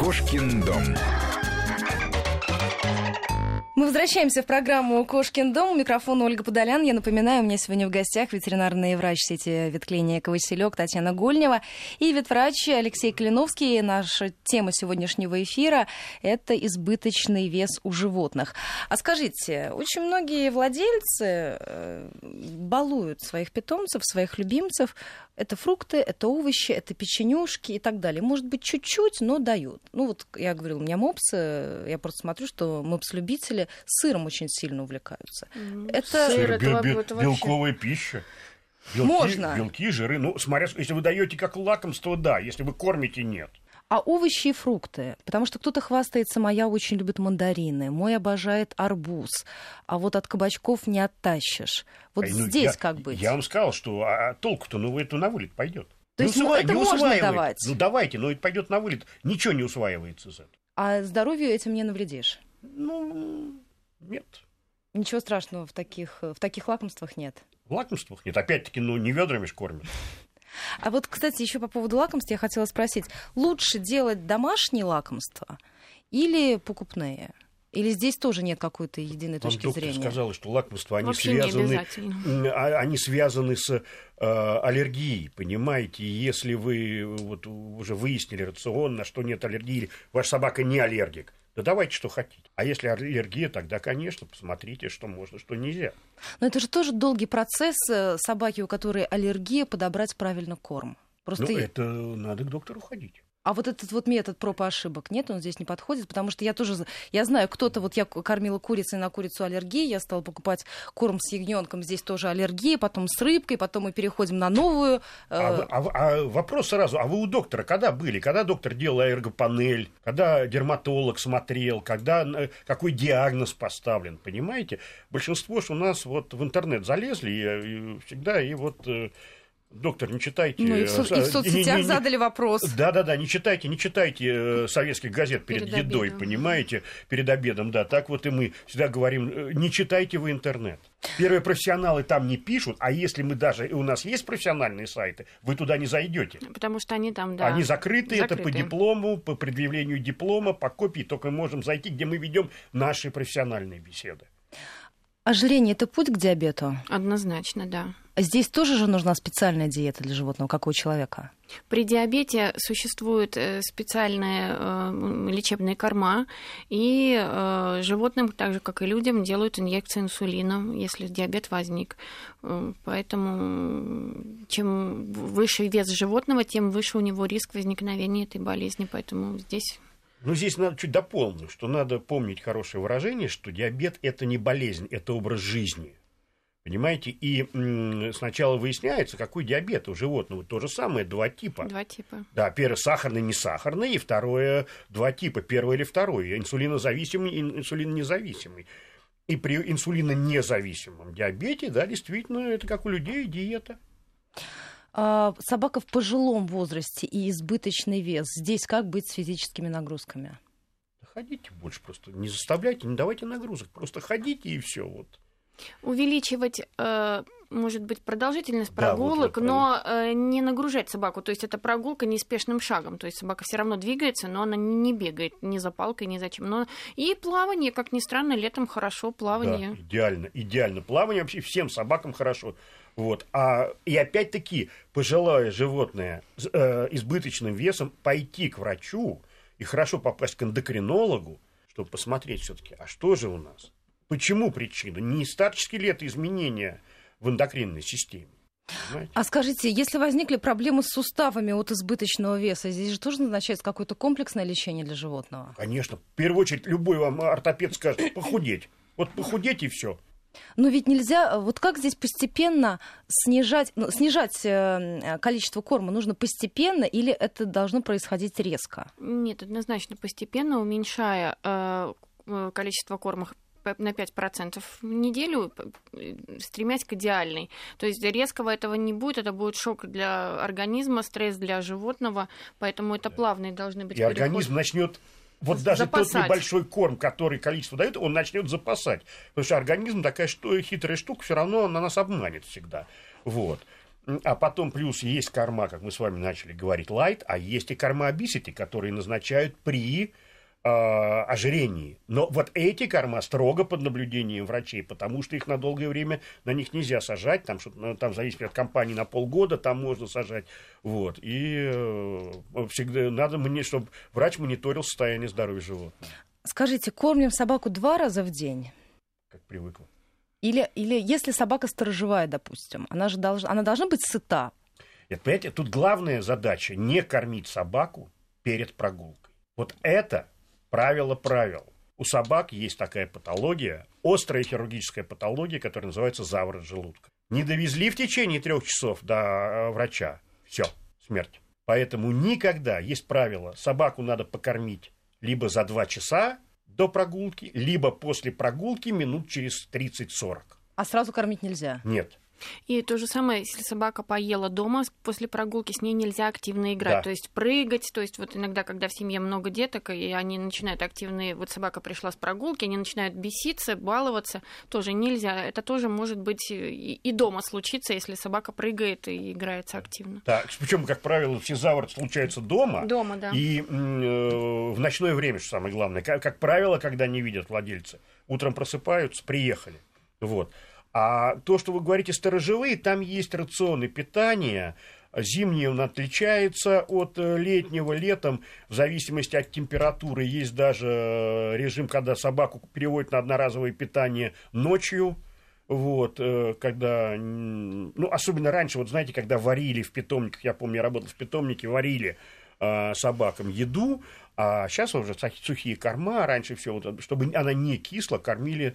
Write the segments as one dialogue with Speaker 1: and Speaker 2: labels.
Speaker 1: Кошкин дом.
Speaker 2: Мы возвращаемся в программу «Кошкин дом». У микрофона Ольга Подолян. Я напоминаю, у меня сегодня в гостях ветеринарный врач сети ветклиники «Василек» Татьяна Гольнева и ветврач Алексей Калиновский. Наша тема сегодняшнего эфира – это избыточный вес у животных. А скажите, очень многие владельцы балуют своих питомцев, своих любимцев. Это фрукты, это овощи, это печенюшки и так далее. Может быть, чуть-чуть, но дают. Ну вот я говорила, у меня мопсы, я просто смотрю, что мопс-любители сыром очень сильно увлекаются. Это
Speaker 3: Сыр, белковая пища.
Speaker 2: Можно.
Speaker 3: Белки, жиры. Ну, смотря, если вы даете как лакомство, да. Если вы кормите, нет.
Speaker 2: А овощи и фрукты? Потому что кто-то хвастается, моя очень любит мандарины, мой обожает арбуз, а вот от кабачков не оттащишь. Вот здесь как быть?
Speaker 3: Я вам сказал, что толку-то, это на вылет пойдет.
Speaker 2: То есть это можно давать?
Speaker 3: Ну, давайте, но это пойдет на вылет. Ничего не усваивается из этого.
Speaker 2: А здоровью этим не навредишь?
Speaker 3: Ну, нет.
Speaker 2: Ничего страшного в таких лакомствах нет?
Speaker 3: В лакомствах нет. Опять-таки, не ведрами ж кормят.
Speaker 2: А вот, кстати, еще по поводу лакомств я хотела спросить. Лучше делать домашние лакомства или покупные? Или здесь тоже нет какой-то единой точки зрения?
Speaker 3: Доктор сказала, что лакомства, они связаны с аллергией, понимаете? И если вы уже выяснили рацион, на что нет аллергии, ваша собака не аллергик, да давайте, что хотите. А если аллергия, тогда, конечно, посмотрите, что можно, что нельзя. Но
Speaker 2: это же тоже долгий процесс собаки, у которой аллергия, подобрать правильно корм.
Speaker 3: Просто это надо к доктору ходить.
Speaker 2: А вот этот вот метод проб и ошибок, нет, он здесь не подходит, потому что я знаю, кто-то, я кормила курицей, на курицу аллергия, я стала покупать корм с ягненком, здесь тоже аллергия, потом с рыбкой, потом мы переходим на новую.
Speaker 3: Вопрос сразу, а вы у доктора когда были? Когда доктор делал аллергопанель, когда дерматолог смотрел, какой диагноз поставлен, понимаете? Большинство ж у нас в интернет залезли, и всегда, доктор, не читайте...
Speaker 2: Ну, и в соцсетях задали вопрос.
Speaker 3: Да, не читайте советских газет перед едой, понимаете, перед обедом, да. Так вот и мы всегда говорим, не читайте вы интернет. Первые профессионалы там не пишут, а если и у нас есть профессиональные сайты, вы туда не зайдете.
Speaker 4: Потому что они там, да.
Speaker 3: Они закрыты, это по диплому, по предъявлению диплома, по копии, только мы можем зайти, где мы ведем наши профессиональные беседы.
Speaker 2: Ожирение – это путь к диабету?
Speaker 4: Однозначно, да.
Speaker 2: Здесь тоже же нужна специальная диета для животного, как у человека?
Speaker 4: При диабете существуют специальные лечебные корма, и животным, так же, как и людям, делают инъекции инсулина, если диабет возник. Поэтому чем выше вес животного, тем выше у него риск возникновения этой болезни. Поэтому здесь...
Speaker 3: Здесь надо чуть дополнить, что надо помнить хорошее выражение, что диабет – это не болезнь, это образ жизни. Понимаете? И сначала выясняется, какой диабет у животного. То же самое, два типа. Да, первый сахарный, не сахарный, и второе два типа, первый или второй. Инсулинозависимый и инсулинонезависимый. И при инсулинонезависимом диабете, да, действительно, это как у людей диета.
Speaker 2: Собака в пожилом возрасте и избыточный вес. Здесь как быть с физическими нагрузками?
Speaker 3: Ходите больше просто. Не заставляйте, не давайте нагрузок. Просто ходите и все.
Speaker 4: Увеличивать, может быть, продолжительность прогулок, но не нагружать собаку. То есть это прогулка неспешным шагом. То есть собака все равно двигается, но она не бегает ни за палкой, ни за чем. И плавание, как ни странно, летом хорошо плавание.
Speaker 3: Да, идеально. Плавание вообще всем собакам хорошо. И опять-таки, пожилое животное с избыточным весом пойти к врачу и хорошо попасть к эндокринологу, чтобы посмотреть все-таки, а что же у нас? Почему причина? Не старческие ли это изменения в эндокринной системе? Понимаете?
Speaker 2: А скажите, если возникли проблемы с суставами от избыточного веса, здесь же тоже назначается какое-то комплексное лечение для животного?
Speaker 3: Конечно. В первую очередь, любой вам ортопед скажет похудеть. Похудеть и все.
Speaker 2: Но ведь нельзя, как здесь постепенно снижать количество корма? Нужно постепенно или это должно происходить резко?
Speaker 4: Нет, однозначно постепенно, уменьшая количество корма на 5% в неделю, стремясь к идеальной. То есть резкого этого не будет, это будет шок для организма, стресс для животного, поэтому это плавные должны быть переходы.
Speaker 3: И организм начнет... Даже
Speaker 4: запасать.
Speaker 3: Тот небольшой корм, который количество дает, он начнет запасать. Потому что организм такая хитрая штука, все равно на нас обманет всегда. А потом плюс есть корма, как мы с вами начали говорить, light, а есть и корма obesity, которые назначают при ожирении. Но вот эти корма строго под наблюдением врачей, потому что их на долгое время на них нельзя сажать, там в зависимости от компании на полгода там можно сажать. Вот. И всегда надо, чтобы врач мониторил состояние здоровья животного.
Speaker 2: Скажите, кормим собаку 2 раза в день?
Speaker 3: Как привыкла.
Speaker 2: Или если собака сторожевая, допустим, она должна быть сыта?
Speaker 3: Нет, понимаете, тут главная задача не кормить собаку перед прогулкой. Вот это правило правил. У собак есть такая патология, острая хирургическая патология, которая называется заворот желудка. Не довезли в течение 3 часов до врача, все, смерть. Поэтому никогда, есть правило, собаку надо покормить либо за 2 часа до прогулки, либо после прогулки минут через 30-40.
Speaker 2: А сразу кормить нельзя?
Speaker 3: Нет.
Speaker 4: И то же самое, если собака поела дома после прогулки, с ней нельзя активно играть,
Speaker 3: Да.
Speaker 4: то есть прыгать, то есть вот иногда, когда в семье много деток, и они начинают активно, вот собака пришла с прогулки, они начинают беситься, баловаться, тоже нельзя, это тоже может быть и дома случиться, если собака прыгает и играется активно.
Speaker 3: Так, причем, как правило, все завороты случаются дома.
Speaker 4: Дома, да.
Speaker 3: И в ночное время, что самое главное. Как правило, когда не видят владельца, утром просыпаются, приехали. Вот. А то, что вы говорите, сторожевые, там есть рационы питания. Зимнее он отличается от летнего. Летом, в зависимости от температуры, есть даже режим, когда собаку переводят на одноразовое питание ночью. Вот, когда, особенно раньше, вот знаете, когда варили в питомниках, я помню, я работал в питомнике, варили собакам еду, а сейчас уже сухие корма, раньше все, чтобы она не кисла, кормили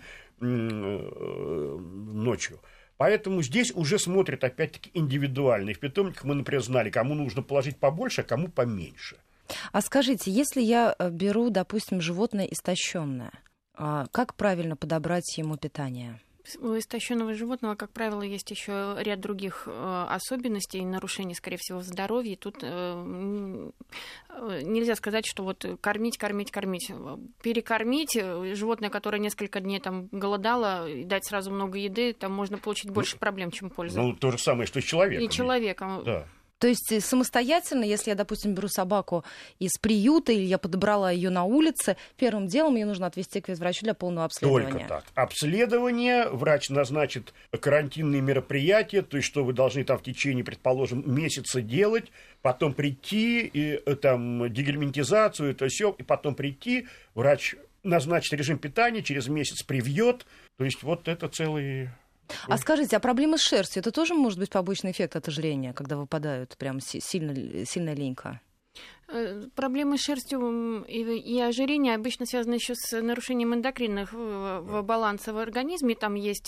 Speaker 3: ночью. Поэтому здесь уже смотрят, опять-таки, индивидуально. И в питомниках мы, например, знали, кому нужно положить побольше, а кому поменьше.
Speaker 2: А скажите, если я беру, допустим, животное истощенное, как правильно подобрать ему питание?
Speaker 4: У истощенного животного, как правило, есть еще ряд других особенностей, нарушений, скорее всего, в здоровье. И тут нельзя сказать, что вот кормить. Перекормить животное, которое несколько дней там голодало, и дать сразу много еды, там можно получить больше проблем, чем пользы.
Speaker 3: То же самое, что и с человеком.
Speaker 4: И человеком.
Speaker 3: Да.
Speaker 2: То есть самостоятельно, если я, допустим, беру собаку из приюта, или я подобрала ее на улице, первым делом ее нужно отвезти к ветврачу для полного обследования.
Speaker 3: Только так. Обследование, врач назначит карантинные мероприятия, то есть что вы должны там в течение, предположим, месяца делать, потом прийти, и там дегельминтизацию, это все, и потом прийти, врач назначит режим питания, через месяц привьет, то есть вот это целый...
Speaker 2: А скажите, а проблемы с шерстью, это тоже может быть побочный эффект от ожирения, когда выпадают прям сильная линька?
Speaker 4: Проблемы с шерстью и ожирение обычно связаны еще с нарушением эндокринного баланса в организме. Там есть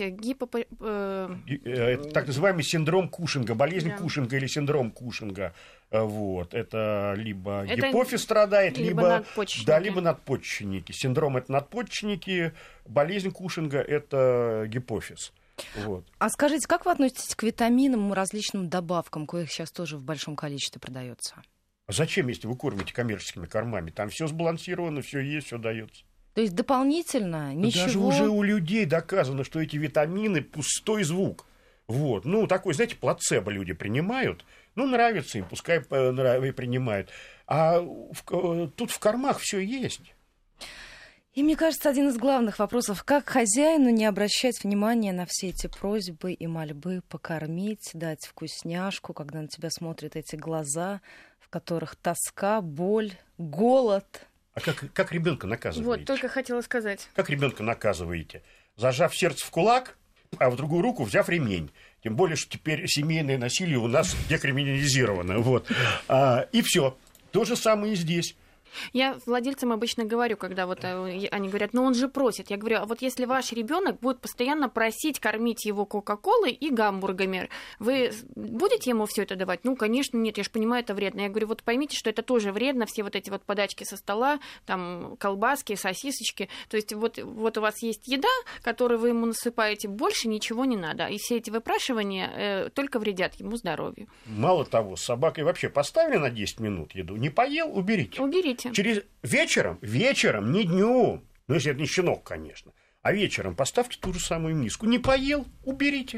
Speaker 3: так называемый синдром Кушинга, болезнь Кушинга или синдром Кушинга. Вот. Это либо гипофиз страдает, либо надпочечники. Либо надпочечники. Синдром – это надпочечники, болезнь Кушинга – это гипофиз. Вот.
Speaker 2: А скажите, как вы относитесь к витаминам и различным добавкам, коих сейчас тоже в большом количестве продается?
Speaker 3: А зачем, если вы кормите коммерческими кормами? Там все сбалансировано, все есть, все дается.
Speaker 2: То есть дополнительно ничего...
Speaker 3: Даже уже у людей доказано, что эти витамины пустой звук. Вот. Такой, знаете, плацебо люди принимают. Нравится им, пускай принимают. А тут в кормах все есть.
Speaker 2: И мне кажется, один из главных вопросов, как хозяину не обращать внимания на все эти просьбы и мольбы покормить, дать вкусняшку, когда на тебя смотрят эти глаза, в которых тоска, боль, голод.
Speaker 3: А как ребенка наказываете?
Speaker 4: Вот, только хотела сказать.
Speaker 3: Как ребенка наказываете? Зажав сердце в кулак, а в другую руку взяв ремень. Тем более, что теперь семейное насилие у нас декриминализировано. Вот. И все. То же самое и здесь.
Speaker 4: Я владельцам обычно говорю, когда вот они говорят, он же просит. Я говорю, а вот если ваш ребенок будет постоянно просить кормить его Кока-Колой и гамбургами, вы будете ему все это давать? Конечно, нет, я же понимаю, это вредно. Я говорю, вот поймите, что это тоже вредно, все вот эти вот подачки со стола, там колбаски, сосисочки. То есть вот у вас есть еда, которую вы ему насыпаете, больше ничего не надо. И все эти выпрашивания только вредят ему здоровью.
Speaker 3: Мало того, с собакой вообще поставили на 10 минут еду, не поел, уберите. Через вечером, не днем, если это не щенок, конечно, а вечером поставьте ту же самую миску. Не поел, уберите.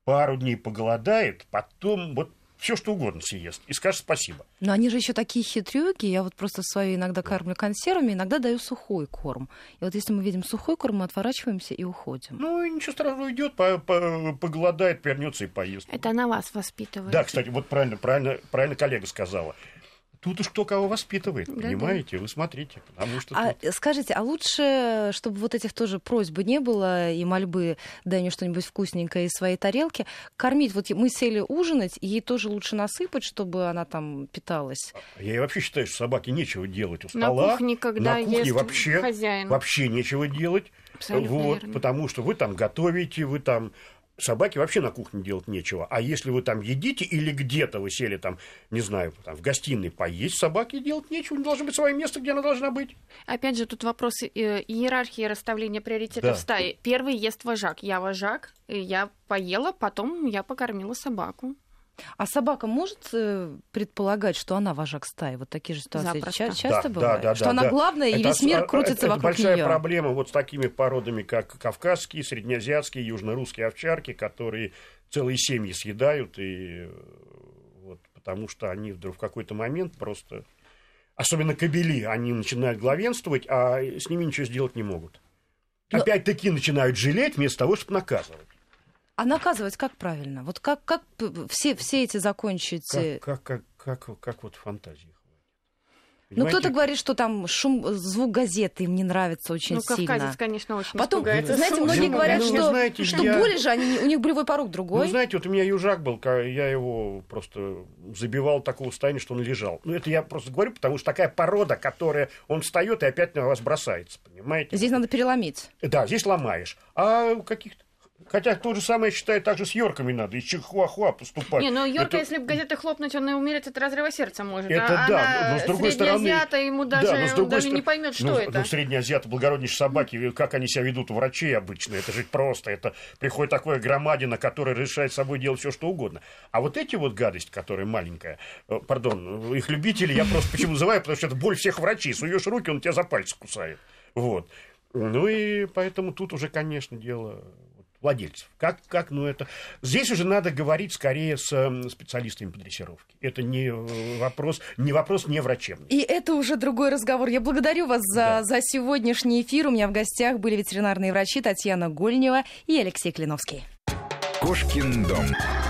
Speaker 3: пару дней поголодает, потом вот все что угодно съест и скажет спасибо.
Speaker 2: Но они же еще такие хитрюги. Я вот просто свои иногда кормлю консервами, иногда даю сухой корм. И вот если мы видим сухой корм, мы отворачиваемся и уходим.
Speaker 3: Ну, и ничего страшного, уйдет, поголодает, вернется и поест.
Speaker 4: Это она вас воспитывает.
Speaker 3: Да, кстати, вот правильно коллега сказала. Тут уж кто кого воспитывает,
Speaker 4: Да,
Speaker 3: понимаете? Вы смотрите. Потому что
Speaker 2: Скажите, а лучше, чтобы вот этих тоже просьбы не было и мольбы, дай мне что-нибудь вкусненькое из своей тарелки, кормить, вот мы сели ужинать, и ей тоже лучше насыпать, чтобы она там питалась?
Speaker 3: Я вообще считаю, что собаке нечего делать у
Speaker 4: На
Speaker 3: стола.
Speaker 4: кухне, когда
Speaker 3: на кухне
Speaker 4: ест хозяин.
Speaker 3: вообще нечего делать.
Speaker 4: Абсолютно
Speaker 3: Вот,
Speaker 4: верно.
Speaker 3: потому что вы там готовите, вы там... Собаке вообще на кухне делать нечего. А если вы там едите или где-то вы сели там, не знаю, там, в гостиной поесть, собаке делать нечего. Не должно быть свое место, где она должна быть.
Speaker 4: Опять же, тут вопрос иерархии расставления приоритетов
Speaker 3: Да.
Speaker 4: в стае. Первый ест вожак. Я вожак, я поела, потом я покормила собаку.
Speaker 2: А собака может предполагать, что она вожак стаи? Вот такие же ситуации
Speaker 4: Запросто.
Speaker 2: часто бывают? Что она главная, и весь мир крутится
Speaker 3: это
Speaker 2: вокруг
Speaker 3: большая
Speaker 2: нее.
Speaker 3: проблема вот с такими породами, как кавказские, среднеазиатские, южно-русские овчарки, которые целые семьи съедают, и вот, потому что они вдруг в какой-то момент просто... Особенно кобели, они начинают главенствовать, а с ними ничего сделать не могут. Опять-таки начинают жалеть вместо того, чтобы наказывать.
Speaker 2: А наказывать как правильно? Вот как все эти закончить?
Speaker 3: Как вот фантазии хватит.
Speaker 2: Ну, кто-то говорит, что там звук газеты им не нравится очень сильно.
Speaker 4: Кавказец, конечно, очень
Speaker 2: Потом,
Speaker 4: испугается.
Speaker 2: знаете, многие говорят, что боли же, у них болевой порог другой.
Speaker 3: Ну, знаете, вот у меня южак был, я его просто забивал такого состояния, что он лежал. Ну, это я просто говорю, потому что такая порода, которая он встает и опять на вас бросается, понимаете?
Speaker 2: Здесь надо переломить.
Speaker 3: Да, здесь ломаешь. А у каких-то... Хотя то же самое, я считаю, также с йорками надо, и чихуахуа поступать.
Speaker 4: Не, ну йорка, если в газеты хлопнуть, он и умереть от разрыва сердца может.
Speaker 3: Это да, но с другой стороны...
Speaker 4: Среднеазиата ему даже не поймет, что это.
Speaker 3: Ну, среднеазиаты, благороднейшие собаки, как они себя ведут у врачей обычно, это же просто, это приходит такое громадина, которая решает с собой делать все что угодно. А вот эти вот гадости, которые маленькая, пардон, их любители, я просто почему называю, потому что это боль всех врачей, суешь руки, он тебя за пальцы кусает. Вот. Ну и поэтому тут уже, конечно, дело... владельцев. Ну это... Здесь уже надо говорить скорее с специалистами по дрессировке. Это не вопрос не врачебный.
Speaker 2: И это уже другой разговор. Я благодарю вас за сегодняшний эфир. У меня в гостях были ветеринарные врачи Татьяна Гольнева и Алексей Клиновский.
Speaker 1: Кошкин дом.